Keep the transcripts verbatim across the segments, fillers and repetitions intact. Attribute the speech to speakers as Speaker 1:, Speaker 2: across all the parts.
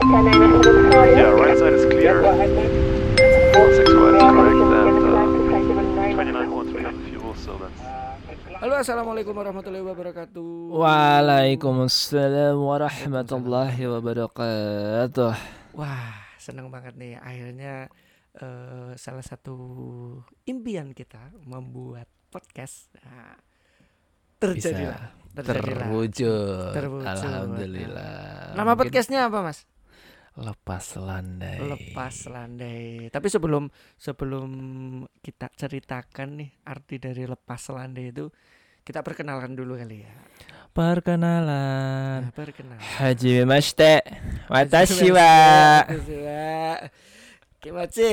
Speaker 1: Yeah, right side is clear. six right is correct, and uh, twenty-nine points we have fuel, so that's...
Speaker 2: Halo, assalamualaikum warahmatullahi wabarakatuh.
Speaker 3: Waalaikumsalam warahmatullahi wabarakatuh.
Speaker 2: Wah, senang banget nih. Akhirnya uh, salah satu impian kita membuat podcast nah, terjadilah. Terjadilah.
Speaker 3: Terwujud.
Speaker 2: Terwujud.
Speaker 3: Alhamdulillah.
Speaker 2: Nama
Speaker 3: Mungkin
Speaker 2: podcastnya apa, Mas?
Speaker 3: Lepas Landai.
Speaker 2: Lepas Landai. Tapi sebelum sebelum kita ceritakan nih arti dari lepas landai itu, kita perkenalkan dulu kali ya.
Speaker 3: Perkenalan.
Speaker 2: Nah, perkenalan.
Speaker 3: Haji Mashte. Watashi wa.
Speaker 2: Kimachi.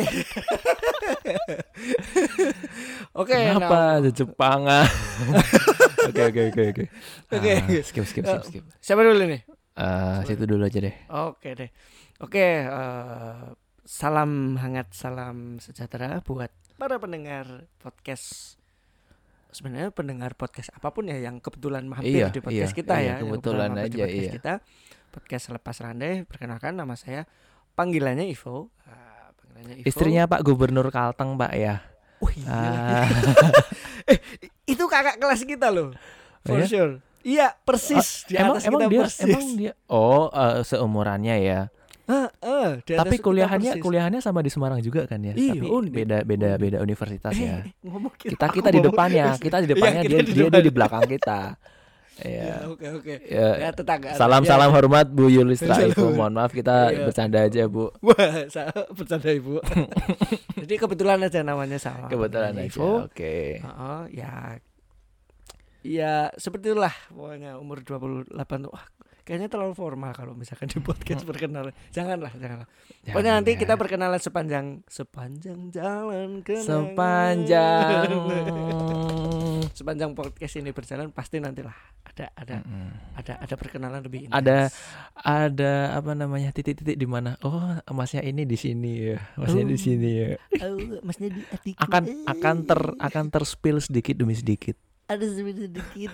Speaker 2: Oke,
Speaker 3: Kenapa ada Jepangan? Oke oke oke oke.
Speaker 2: Oke.
Speaker 3: Ah, Skip skip skip skip.
Speaker 2: Siapa dulu nih?
Speaker 3: Ah, situ dulu aja deh.
Speaker 2: Oke deh. Oke, uh, salam hangat, salam sejahtera buat para pendengar podcast. Sebenarnya pendengar podcast apapun ya yang kebetulan mampir
Speaker 3: Iya,
Speaker 2: di podcast
Speaker 3: iya,
Speaker 2: kita
Speaker 3: iya,
Speaker 2: ya. yang
Speaker 3: kebetulan
Speaker 2: mampir di
Speaker 3: aja,
Speaker 2: podcast
Speaker 3: iya.
Speaker 2: kita. Podcast Lepas Landai. Perkenalkan, nama saya panggilannya Ivo. Uh, panggilannya Ivo.
Speaker 3: Istrinya Pak Gubernur Kalteng, Pak ya.
Speaker 2: Oh iya.
Speaker 3: Ah.
Speaker 2: eh, itu kakak kelas kita loh. For
Speaker 3: Ya?
Speaker 2: sure. Iya, persis di
Speaker 3: emang
Speaker 2: atas
Speaker 3: emang
Speaker 2: kita
Speaker 3: dia
Speaker 2: persis.
Speaker 3: emang dia oh eh, seumurannya ya.
Speaker 2: Ah, ah, di atas
Speaker 3: Tapi
Speaker 2: kita
Speaker 3: kuliahannya
Speaker 2: persis.
Speaker 3: kuliahannya sama di Semarang juga kan ya.
Speaker 2: Iya,
Speaker 3: Tapi
Speaker 2: Undip.
Speaker 3: beda beda
Speaker 2: Undip.
Speaker 3: beda universitas
Speaker 2: Eh,
Speaker 3: ya.
Speaker 2: eh, ngomong
Speaker 3: Kita
Speaker 2: aku
Speaker 3: kita di
Speaker 2: ngomong-
Speaker 3: depannya, kita di depannya
Speaker 2: Iya,
Speaker 3: dia
Speaker 2: kita di
Speaker 3: dia,
Speaker 2: depan.
Speaker 3: dia di belakang kita.
Speaker 2: Ya,
Speaker 3: Iya.
Speaker 2: oke oke.
Speaker 3: Ya,
Speaker 2: Ya, tetangga.
Speaker 3: salam
Speaker 2: Ya,
Speaker 3: salam
Speaker 2: ya.
Speaker 3: hormat Bu Yulistra
Speaker 2: Salam.
Speaker 3: Ivo. Mohon maaf kita
Speaker 2: Iya.
Speaker 3: bercanda aja Bu.
Speaker 2: Wah, saya bercanda Ibu. Jadi kebetulan aja namanya sama.
Speaker 3: Kebetulan
Speaker 2: Namanya
Speaker 3: aja.
Speaker 2: Ivo.
Speaker 3: Oke.
Speaker 2: Heeh, ya. Ya, seperti itulah pokoknya umur dua puluh delapan tuh. Wah, kayaknya terlalu formal kalau misalkan di podcast perkenalan. Janganlah, janganlah. Pokoknya
Speaker 3: Jangan
Speaker 2: nanti
Speaker 3: ya.
Speaker 2: kita perkenalan sepanjang sepanjang jalan kenangan.
Speaker 3: Sepanjang
Speaker 2: sepanjang podcast ini berjalan pasti nantilah ada ada
Speaker 3: Mm-mm.
Speaker 2: ada ada perkenalan lebih intens.
Speaker 3: ada ada apa namanya titik-titik di mana oh masnya ini di sini ya masnya di
Speaker 2: Oh.
Speaker 3: sini ya
Speaker 2: Oh, maksudnya di hatiku.
Speaker 3: akan
Speaker 2: Eh,
Speaker 3: akan ter akan terspill sedikit demi sedikit.
Speaker 2: ada sedikit.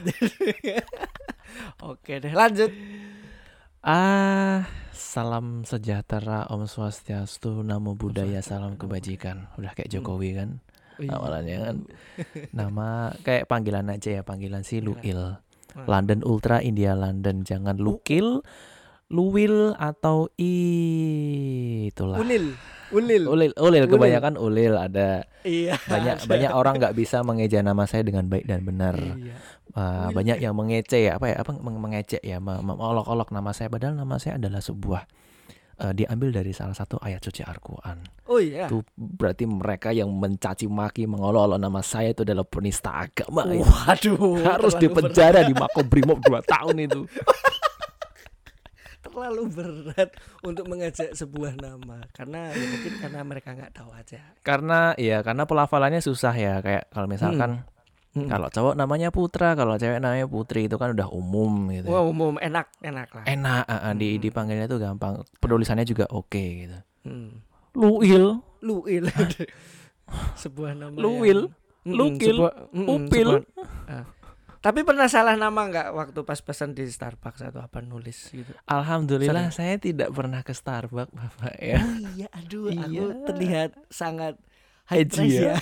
Speaker 2: Oke deh, lanjut.
Speaker 3: Ah, salam sejahtera, Om Swastiastu, Namo Buddhaya, salam kebajikan. Udah kayak Jokowi kan, awalannya kan. Nama kayak panggilan aja ya, panggilan si Luil. London Ultra, India London, jangan Lukil, Luwil atau I itulah.
Speaker 2: Ulil, ulil.
Speaker 3: Ulil, ulil kebanyakan ulil ada.
Speaker 2: Iya.
Speaker 3: Banyak banyak orang nggak bisa mengeja nama saya dengan baik dan benar.
Speaker 2: Iya.
Speaker 3: Uh,
Speaker 2: Ulil.
Speaker 3: banyak yang mengece ya apa ya apa meng- mengecek ya mem- mengolok-olok nama saya padahal nama saya adalah sebuah uh, diambil dari salah satu ayat suci Al-Qur'an.
Speaker 2: Oh iya.
Speaker 3: Itu berarti mereka yang mencaci maki mengolok-olok nama saya itu adalah penista agama. itu.
Speaker 2: Waduh.
Speaker 3: Harus
Speaker 2: terlalu
Speaker 3: dipenjara di Makobrimob dua tahun itu.
Speaker 2: terlalu berat untuk mengajak sebuah nama karena ya mungkin karena mereka nggak tahu aja.
Speaker 3: Karena ya karena pelafalannya susah ya kayak kalau misalkan
Speaker 2: Hmm.
Speaker 3: kalau cowok namanya Putra, kalau cewek namanya Putri itu kan udah umum gitu.
Speaker 2: Wah, umum enak enak lah.
Speaker 3: Enak uh, uh, di
Speaker 2: Hmm.
Speaker 3: dipanggilnya tuh gampang. Penulisannya juga oke gitu.
Speaker 2: Hmm.
Speaker 3: Luil,
Speaker 2: Luil. sebuah nama
Speaker 3: Luwil,
Speaker 2: yang- Mm-mm,
Speaker 3: Lukil,
Speaker 2: sebuah- mm-mm,
Speaker 3: Upil.
Speaker 2: sebuah- ah. Tapi pernah salah nama nggak waktu pas pesan di Starbucks atau apa nulis gitu?
Speaker 3: Alhamdulillah saya tidak pernah ke Starbucks Bapak ya.
Speaker 2: Oh iya, aduh, aku
Speaker 3: Iya.
Speaker 2: terlihat sangat high
Speaker 3: Edgy
Speaker 2: price
Speaker 3: ya.
Speaker 2: ya.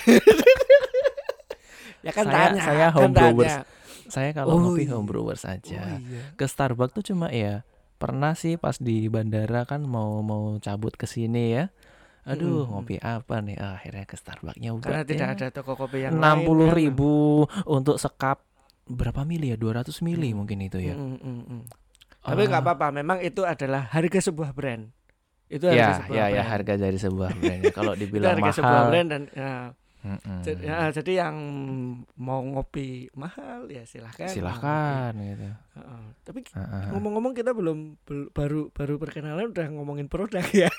Speaker 2: Ya kan
Speaker 3: Saya-
Speaker 2: tanya,
Speaker 3: saya
Speaker 2: kan
Speaker 3: homebrewers.
Speaker 2: tanya.
Speaker 3: Saya kalau
Speaker 2: Oh,
Speaker 3: ngopi
Speaker 2: iya.
Speaker 3: homebrewers
Speaker 2: Oh,
Speaker 3: aja.
Speaker 2: iya.
Speaker 3: Ke Starbucks tuh cuma ya pernah sih pas di bandara kan mau mau cabut ke sini ya. Aduh,
Speaker 2: Mm-mm.
Speaker 3: ngopi apa nih? Ah, akhirnya ke Starbucks nyoba.
Speaker 2: Karena
Speaker 3: ya.
Speaker 2: tidak ada toko kopi yang
Speaker 3: enam puluh
Speaker 2: lain, kan?
Speaker 3: ribu untuk sekap berapa mili ya? dua ratus mili
Speaker 2: Hmm.
Speaker 3: mungkin itu ya.
Speaker 2: Mm, mm, mm. Tapi nggak
Speaker 3: Ah.
Speaker 2: apa-apa, memang itu adalah harga sebuah brand. Itu harga
Speaker 3: Ya,
Speaker 2: sebuah
Speaker 3: ya, ya
Speaker 2: brand.
Speaker 3: harga dari sebuah brand. Kalau
Speaker 2: Itu
Speaker 3: dibilang
Speaker 2: harga sebuah
Speaker 3: mahal,
Speaker 2: brand dan ya,
Speaker 3: mm-mm.
Speaker 2: jadi, ya, jadi yang mau ngopi mahal ya silahkan.
Speaker 3: silahkan gitu.
Speaker 2: Heeh. Tapi
Speaker 3: Heeh.
Speaker 2: ngomong-ngomong kita belum bel- baru baru perkenalan udah ngomongin produk ya.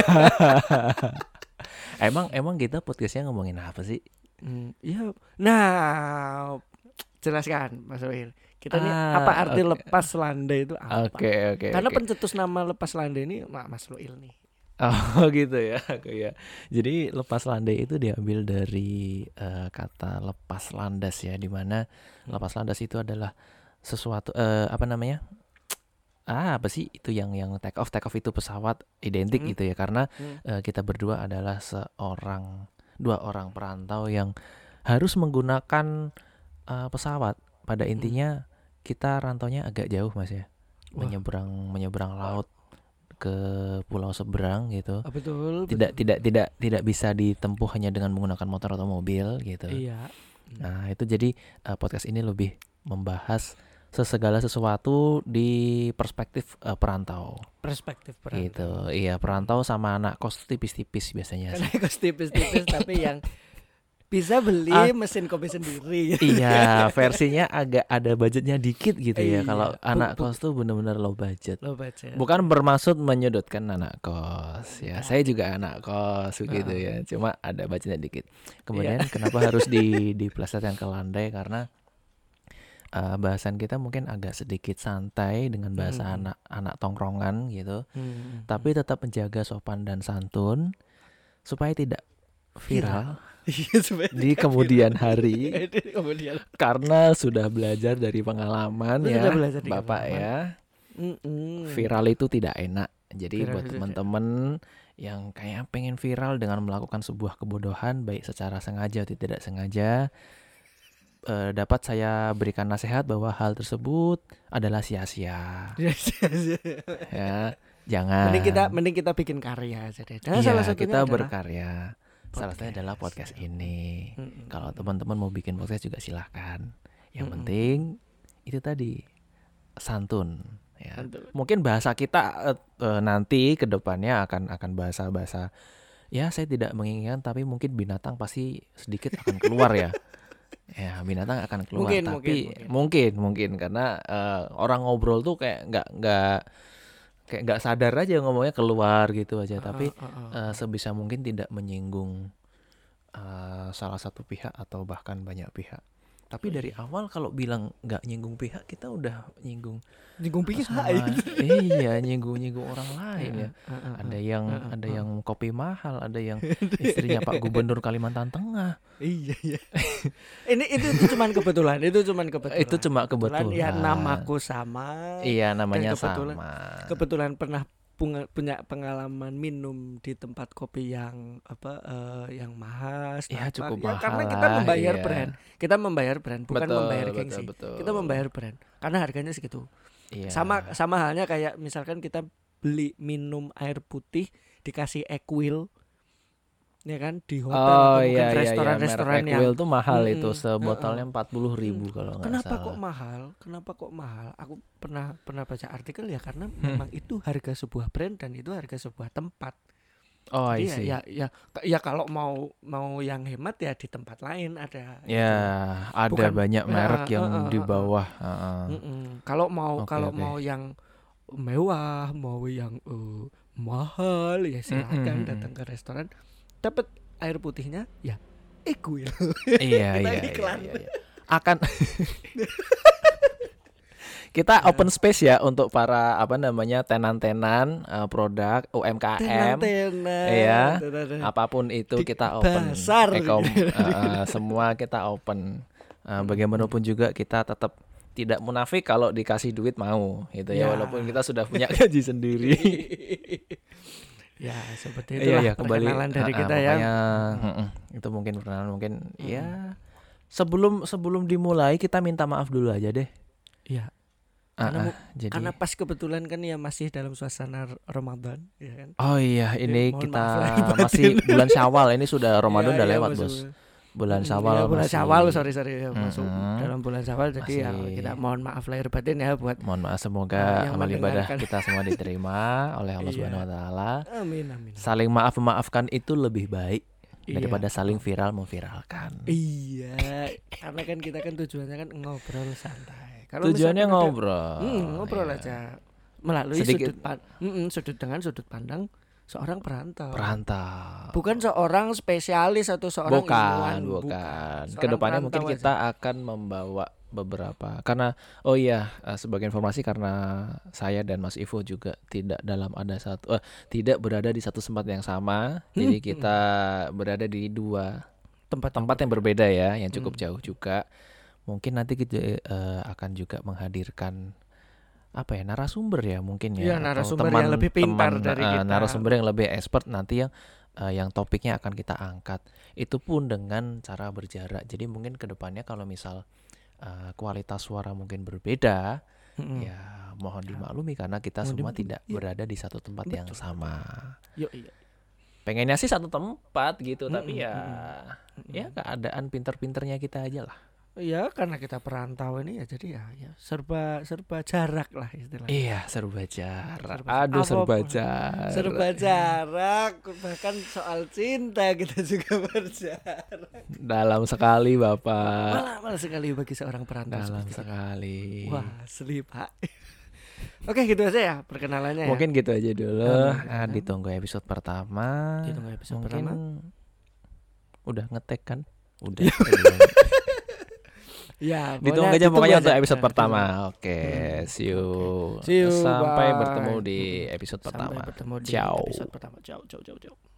Speaker 3: emang emang kita podcastnya ngomongin apa sih?
Speaker 2: Hmm, iya. Nah, jelaskan Mas Wil. Kita ini
Speaker 3: Ah,
Speaker 2: apa arti
Speaker 3: oke.
Speaker 2: lepas landai itu apa?
Speaker 3: Oke oke.
Speaker 2: Karena
Speaker 3: oke.
Speaker 2: pencetus nama lepas landai ini Ma- Mas Wil nih.
Speaker 3: Oh gitu ya, oke ya. Jadi lepas landai itu diambil dari eh, kata lepas landas ya, di mana lepas landas itu adalah sesuatu eh, apa namanya? ah apa sih itu yang yang take off take off itu pesawat identik
Speaker 2: Hmm.
Speaker 3: gitu ya, karena
Speaker 2: Hmm.
Speaker 3: eh, kita berdua adalah seorang dua orang perantau yang harus menggunakan eh, pesawat. Pada intinya kita rantaunya agak jauh Mas ya,
Speaker 2: Wah.
Speaker 3: menyeberang menyeberang laut ke pulau seberang gitu.
Speaker 2: Ah, betul.
Speaker 3: Tidak
Speaker 2: betul.
Speaker 3: tidak tidak tidak bisa ditempuh hanya dengan menggunakan motor atau mobil gitu.
Speaker 2: Iya.
Speaker 3: Nah itu jadi eh, podcast ini lebih membahas sesegala sesuatu di perspektif eh, perantau
Speaker 2: Perspektif perantau.
Speaker 3: gitu. Iya, perantau sama anak kos tipis-tipis biasanya
Speaker 2: Karena
Speaker 3: sih.
Speaker 2: kos tipis-tipis tapi yang bisa beli
Speaker 3: Ah.
Speaker 2: mesin kopi sendiri.
Speaker 3: Iya, versinya agak ada budgetnya dikit gitu ya.
Speaker 2: Iya.
Speaker 3: Kalau
Speaker 2: Bu-
Speaker 3: anak
Speaker 2: bu-
Speaker 3: kos tuh benar-benar low budget.
Speaker 2: Lo baca.
Speaker 3: Bukan bermaksud menyudutkan anak kos ya.
Speaker 2: Bukan.
Speaker 3: Saya juga anak kos begitu
Speaker 2: Ah.
Speaker 3: ya. Cuma ada budgetnya dikit. Kemudian kenapa harus di diplesetkan ke landai, karena uh, bahasan kita mungkin agak sedikit santai dengan bahasa
Speaker 2: Hmm.
Speaker 3: anak anak tongkrongan gitu.
Speaker 2: Hmm.
Speaker 3: Tapi tetap menjaga sopan dan santun supaya tidak viral
Speaker 2: Iya, sebenarnya
Speaker 3: di kemudian hari,
Speaker 2: Di kemudian.
Speaker 3: karena sudah belajar dari pengalaman
Speaker 2: Lu
Speaker 3: ya
Speaker 2: sudah belajar dari
Speaker 3: Bapak
Speaker 2: pengalaman.
Speaker 3: ya.
Speaker 2: Mm-mm.
Speaker 3: Viral itu tidak enak. Jadi
Speaker 2: Viral
Speaker 3: buat
Speaker 2: itu
Speaker 3: teman-teman yang kayak pengen viral dengan melakukan sebuah kebodohan baik secara sengaja atau tidak sengaja, eh, dapat saya berikan nasihat bahwa hal tersebut adalah sia-sia ya. Jangan.
Speaker 2: mending kita mending kita bikin karya aja deh. Dan
Speaker 3: Iya,
Speaker 2: salah satunya
Speaker 3: kita
Speaker 2: adalah
Speaker 3: berkarya. Salah satunya adalah podcast ini.
Speaker 2: Mm-mm.
Speaker 3: Kalau teman-teman mau bikin podcast juga silahkan. Yang
Speaker 2: Mm-mm.
Speaker 3: penting itu tadi santun. Ya.
Speaker 2: Santun.
Speaker 3: Mungkin bahasa kita eh, eh, nanti ke depannya akan akan bahasa-bahasa ya saya tidak menginginkan, tapi mungkin binatang pasti sedikit akan keluar ya. Ya binatang akan keluar,
Speaker 2: Mungkin,
Speaker 3: tapi
Speaker 2: mungkin,
Speaker 3: mungkin mungkin karena eh, orang ngobrol tuh kayak nggak nggak kayak nggak sadar aja ngomongnya keluar gitu aja. Tapi
Speaker 2: Ah, ah, ah.
Speaker 3: eh, sebisa mungkin tidak menyinggung eh, salah satu pihak atau bahkan banyak pihak. Tapi dari awal kalau bilang nggak nyinggung pihak, kita udah nyinggung
Speaker 2: Nyinggung pihak
Speaker 3: sama-
Speaker 2: itu.
Speaker 3: iya nyinggung nyinggung orang lain ya.
Speaker 2: Ah, ah, ah.
Speaker 3: Ada yang
Speaker 2: ah,
Speaker 3: ada
Speaker 2: ah.
Speaker 3: yang kopi mahal, ada yang istrinya Pak Gubernur Kalimantan Tengah.
Speaker 2: Iya iya. Ini itu, itu cuman kebetulan, itu cuman kebetulan.
Speaker 3: Itu cuma kebetulan.
Speaker 2: Ya namaku sama.
Speaker 3: Iya namanya
Speaker 2: kebetulan-
Speaker 3: sama.
Speaker 2: Kebetulan pernah punga- punya pengalaman minum di tempat kopi yang apa eh, yang mahal.
Speaker 3: Iya,
Speaker 2: Starbucks.
Speaker 3: cukup
Speaker 2: Ya, karena
Speaker 3: mahal
Speaker 2: kita
Speaker 3: lah,
Speaker 2: membayar
Speaker 3: iya.
Speaker 2: brand. Kita membayar brand, bukan
Speaker 3: Betul,
Speaker 2: membayar
Speaker 3: betul,
Speaker 2: gengsi.
Speaker 3: betul.
Speaker 2: Kita membayar brand karena harganya segitu.
Speaker 3: Iya.
Speaker 2: Sama sama halnya kayak misalkan kita beli minum air putih dikasih Equil, ya kan, di hotel
Speaker 3: Oh
Speaker 2: atau mungkin
Speaker 3: iya iya iya,
Speaker 2: restoran-restoran
Speaker 3: merek
Speaker 2: yang
Speaker 3: Equil tuh mahal
Speaker 2: Mm-mm,
Speaker 3: itu, sebotolnya
Speaker 2: uh-uh.
Speaker 3: empat puluh ribu kalau nggak
Speaker 2: Kenapa
Speaker 3: salah.
Speaker 2: kok mahal? Kenapa kok mahal? Aku pernah pernah baca artikel ya karena
Speaker 3: Hmm.
Speaker 2: memang itu harga sebuah brand dan itu harga sebuah tempat.
Speaker 3: Oh I
Speaker 2: Jadi
Speaker 3: see.
Speaker 2: ya, ya ya ya kalau mau mau yang hemat ya di tempat lain ada.
Speaker 3: Ya, ada
Speaker 2: Bukan-
Speaker 3: banyak merek
Speaker 2: ya,
Speaker 3: yang
Speaker 2: uh, uh,
Speaker 3: di
Speaker 2: uh, uh.
Speaker 3: bawah. uh, uh.
Speaker 2: Mm-mm. Kalau mau
Speaker 3: Oke,
Speaker 2: kalau
Speaker 3: oke.
Speaker 2: mau yang mewah, mau yang eh, mahal ya silakan
Speaker 3: Mm-mm,
Speaker 2: datang ke restoran, dapat air putihnya ya Equil.
Speaker 3: Iya
Speaker 2: Kita
Speaker 3: iya, iya,
Speaker 2: iklan.
Speaker 3: iya, iya. Akan kita open space ya untuk para apa namanya tenan-tenan eh, produk U M K M.
Speaker 2: Tenan-tenan.
Speaker 3: Iya.
Speaker 2: Tenan-tenan.
Speaker 3: Apapun itu
Speaker 2: Di
Speaker 3: kita open.
Speaker 2: pasar.
Speaker 3: Ekom, eh, eh, semua kita open. Eh, bagaimanapun juga kita tetap tidak munafik kalau dikasih duit mau gitu ya,
Speaker 2: Ya.
Speaker 3: walaupun kita sudah punya gaji sendiri.
Speaker 2: Ya seperti
Speaker 3: Iya
Speaker 2: itulah
Speaker 3: ya, kembali
Speaker 2: perkenalan dari
Speaker 3: eh, eh,
Speaker 2: kita ya.
Speaker 3: pokoknya, mm-mm, itu mungkin perkenalan mungkin ya sebelum sebelum dimulai kita minta maaf dulu aja deh.
Speaker 2: Iya.
Speaker 3: Ah,
Speaker 2: Karena
Speaker 3: ah,
Speaker 2: mu-
Speaker 3: jadi
Speaker 2: Karena pas kebetulan kan ya masih dalam suasana R- Ramadan, ya kan.
Speaker 3: oh iya ini
Speaker 2: mohon
Speaker 3: kita
Speaker 2: maaf lahir batin.
Speaker 3: masih bulan Syawal, ini sudah Ramadan
Speaker 2: Iya,
Speaker 3: udah
Speaker 2: iya,
Speaker 3: lewat
Speaker 2: masuk-
Speaker 3: bos. Bulan
Speaker 2: Mm,
Speaker 3: Syawal
Speaker 2: ya, bulan
Speaker 3: masih-
Speaker 2: Syawal sorry sorry ya, masuk
Speaker 3: Mm-mm.
Speaker 2: dalam bulan Syawal jadi ya
Speaker 3: Masih-
Speaker 2: kita mohon maaf lahir batin ya buat
Speaker 3: Mohon maaf,
Speaker 2: Ah,
Speaker 3: semoga
Speaker 2: yang
Speaker 3: amal ibadah
Speaker 2: mendengarkan.
Speaker 3: kita semua diterima oleh Allah
Speaker 2: Iya.
Speaker 3: Subhanahu wa taala.
Speaker 2: amin amin.
Speaker 3: Saling maaf memaafkan itu lebih baik
Speaker 2: Iya.
Speaker 3: daripada saling viral memviralkan.
Speaker 2: Iya, karena kan kita kan tujuannya kan ngobrol santai. Kalau
Speaker 3: Tujuannya
Speaker 2: misalkan ada-
Speaker 3: ngobrol.
Speaker 2: Hmm, ngobrol
Speaker 3: Iya.
Speaker 2: aja melalui
Speaker 3: Sedikit-
Speaker 2: sudut pan- mm-mm, sudut dengan sudut pandang seorang perantau.
Speaker 3: Perantau.
Speaker 2: Bukan seorang spesialis atau seorang
Speaker 3: bukan,
Speaker 2: ilmuwan,
Speaker 3: bukan.
Speaker 2: Seorang
Speaker 3: Kedepannya mungkin
Speaker 2: perantau
Speaker 3: kita akan membawa beberapa, karena oh iya eh, sebagai informasi, karena saya dan Mas Ivo juga tidak dalam ada satu eh, tidak berada di satu tempat yang sama,
Speaker 2: Hmm,
Speaker 3: jadi kita berada di dua
Speaker 2: tempat
Speaker 3: tempat yang berbeda ya, yang cukup
Speaker 2: Hmm.
Speaker 3: jauh juga. Mungkin nanti kita eh, akan juga menghadirkan apa ya narasumber ya mungkin ya,
Speaker 2: Iya,
Speaker 3: atau
Speaker 2: narasumber
Speaker 3: teman
Speaker 2: yang lebih pintar
Speaker 3: teman
Speaker 2: dari
Speaker 3: eh,
Speaker 2: kita.
Speaker 3: narasumber yang lebih expert nanti yang eh, yang topiknya akan kita angkat. Itu pun dengan cara berjarak. Jadi mungkin kedepannya kalau misal eh, kualitas suara mungkin berbeda,
Speaker 2: Mm-mm.
Speaker 3: ya mohon dimaklumi karena kita
Speaker 2: Mohon
Speaker 3: semua
Speaker 2: dimaklumi,
Speaker 3: tidak
Speaker 2: iya.
Speaker 3: berada di satu tempat yang
Speaker 2: Betul.
Speaker 3: sama.
Speaker 2: Yuk, iya.
Speaker 3: Pengennya sih satu tempat gitu,
Speaker 2: Mm-mm,
Speaker 3: tapi ya
Speaker 2: mm-mm.
Speaker 3: ya keadaan pinter-pinternya kita aja lah.
Speaker 2: Ya karena kita perantau ini ya jadi ya, ya serba serba jarak lah istilahnya.
Speaker 3: Iya, serba jarak.
Speaker 2: Serba-
Speaker 3: Aduh, serba
Speaker 2: apapun.
Speaker 3: jarak.
Speaker 2: Serba jarak, bahkan soal cinta kita juga berjarak.
Speaker 3: Dalam sekali, Bapak.
Speaker 2: Malah malah sekali bagi seorang perantau.
Speaker 3: Dalam
Speaker 2: seperti kita.
Speaker 3: sekali.
Speaker 2: Wah, asli Pak. Oke, gitu aja ya perkenalannya.
Speaker 3: Mungkin
Speaker 2: ya.
Speaker 3: gitu aja dulu.
Speaker 2: Nah,
Speaker 3: Ah,
Speaker 2: ya.
Speaker 3: ditunggu episode pertama.
Speaker 2: Ditunggu episode
Speaker 3: Mungkin
Speaker 2: pertama.
Speaker 3: udah ngetek kan? Udah.
Speaker 2: Ya,
Speaker 3: Ditunggu aja pokoknya untuk episode
Speaker 2: Nah,
Speaker 3: pertama. Oke,
Speaker 2: Hmm,
Speaker 3: see you.
Speaker 2: See you,
Speaker 3: Sampai
Speaker 2: bye.
Speaker 3: bertemu di episode
Speaker 2: Sampai
Speaker 3: pertama.
Speaker 2: bertemu di
Speaker 3: Ciao.
Speaker 2: episode pertama. Ciao, ciao, ciao, ciao.